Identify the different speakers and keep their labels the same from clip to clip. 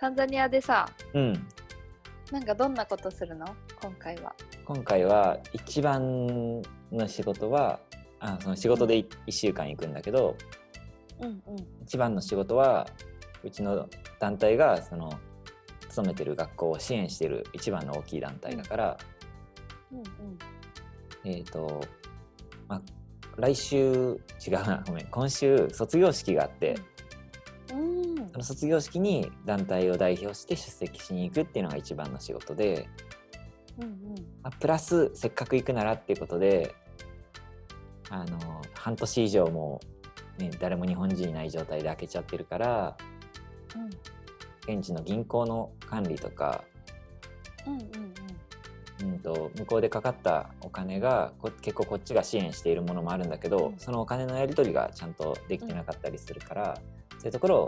Speaker 1: タンザニアでさ、
Speaker 2: うん。
Speaker 1: なんかどんなことするの今回は。
Speaker 2: 今回は一番の仕事は、その仕事で1週間行くんだけど、一番の仕事はうちの団体がその勤めてる学校を支援している一番の大きい団体だから、来週違うな、ごめん、今週卒業式があって、その卒業式に団体を代表して出席しに行くっていうのが一番の仕事で、プラスせっかく行くならっていうことで、半年以上も、ね、誰も日本人いない状態で開けちゃってるから、現地の銀行の管理とか、向こうでかかったお金が結構こっちが支援しているものもあるんだけど、そのお金のやり取りがちゃんとできてなかったりするから、そういうところを、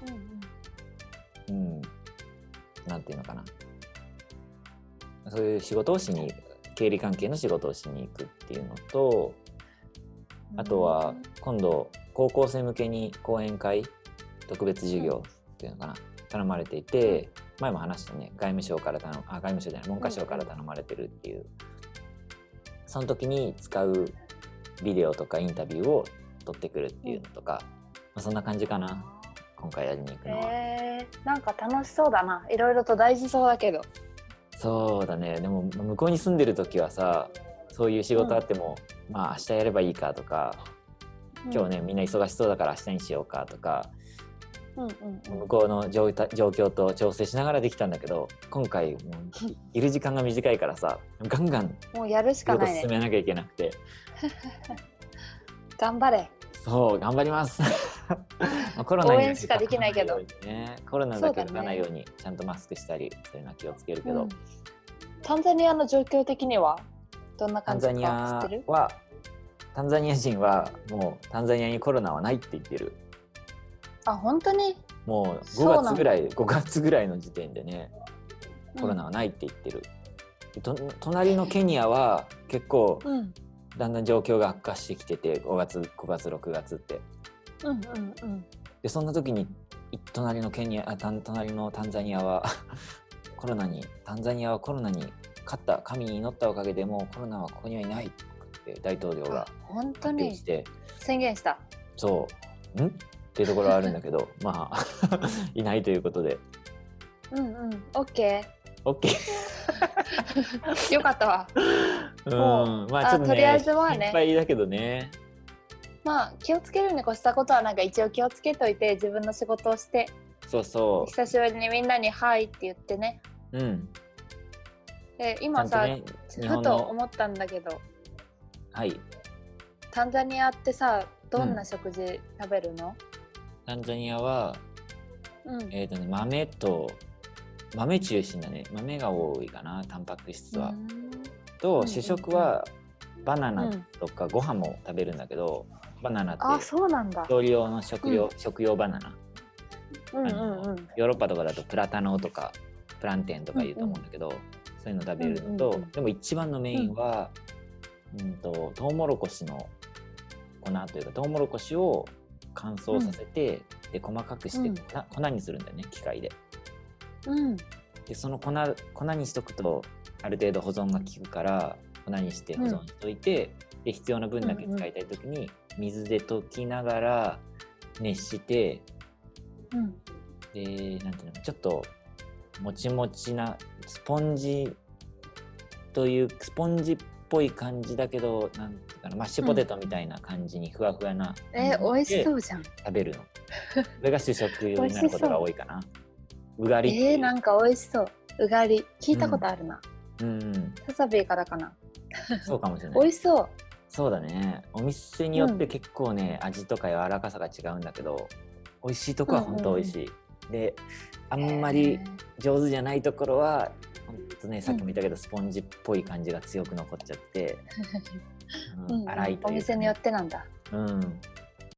Speaker 2: なんていうのかな、そういう仕事をしに、経理関係の仕事をしに行くっていうのと、あとは今度高校生向けに講演会、特別授業っていうのかな、頼まれていて、前も話したね、外務省から外務省じゃない、文科省から頼まれてるっていう、その時に使うビデオとかインタビューを撮ってくるっていうのとか、そんな感じかな、今回やりに行くのは。
Speaker 1: なんか楽しそうだな。いろいろと大事そうだけど。
Speaker 2: そうだね。でも向こうに住んでる時はさ、そういう仕事あっても、まあ明日やればいいかとか、今日ねみんな忙しそうだから明日にしようかとか、向こうの状況と調整しながらできたんだけど、今回もういる時間が短いからさ、ガンガン
Speaker 1: もうやるしかないね。
Speaker 2: 進めなきゃいけなくて
Speaker 1: 頑張れ。
Speaker 2: そう、頑張りますコロナに
Speaker 1: 応援しかできないけど、
Speaker 2: ね、コロナだけどならないようにちゃんとマスクしたり、そういうのは気をつけるけど、
Speaker 1: タンザニアの状況的にはどんな感じか知ってる？
Speaker 2: タンザニア人はもうタンザニアにコロナはないって言ってる。
Speaker 1: あ、本当に？
Speaker 2: もう5月ぐらいの時点でね、コロナはないって言ってる。隣のケニアは結構だんだん状況が悪化してきてて、5月6月って、でそんな時に隣のタンザニアはタンザニアはコロナに勝った、神に祈ったおかげでもうコロナはここにはいないって大統領が
Speaker 1: 本当に
Speaker 2: して
Speaker 1: 宣言した。
Speaker 2: そうっていうところはあるんだけどまあいないということで、
Speaker 1: OK よかったわ。
Speaker 2: まあちょっとね、
Speaker 1: とりあえずはね、
Speaker 2: 心配だけどね。
Speaker 1: まあ気をつけるに越したことはなんか一応気をつけといて、自分の仕事をして、
Speaker 2: そう
Speaker 1: 久しぶりにみんなにはいって言ってね。で今さ、ふと思ったんだけど、タンザニアってさ、どんな食事食べるの？
Speaker 2: タンザニアは、豆中心だね。豆が多いかな、タンパク質は。と主食はバナナとかご飯も食べるんだけど、バナナって調理用の食用バナナ。ヨーロッパとかだとプラタノとかプランテンとか言うと思うんだけど、そういうの食べるのと、でも一番のメインは、トウモロコシの粉というか、トウモロコシを乾燥させて、で細かくして粉にするんだよね、機械で。でその粉にしとくとある程度保存が効くから、粉にして保存しといて、で必要な分だけ使いたい時に水で溶きながら熱して、でなんていうの、ちょっともちもちなスポンジっぽい感じだけど、なんていうかな、マッシュポテトみたいな感じにふわふわな、
Speaker 1: 美味しそうじゃん。食
Speaker 2: べるの。それが主食になることが多いかな。うがり。
Speaker 1: なんか美味しそう。うがり聞いたことあるな。ササビーからかな。
Speaker 2: そうかもしれない。
Speaker 1: 美味しそう。
Speaker 2: そうだね。お店によって結構ね、味とか柔らかさが違うんだけど、美味しいとこは本当美味しい。で、あんまり上手じゃないところは本当ね、さっきも言ったけど、スポンジっぽい感じが強く残っちゃって、粗いというか、
Speaker 1: お店によってなんだ。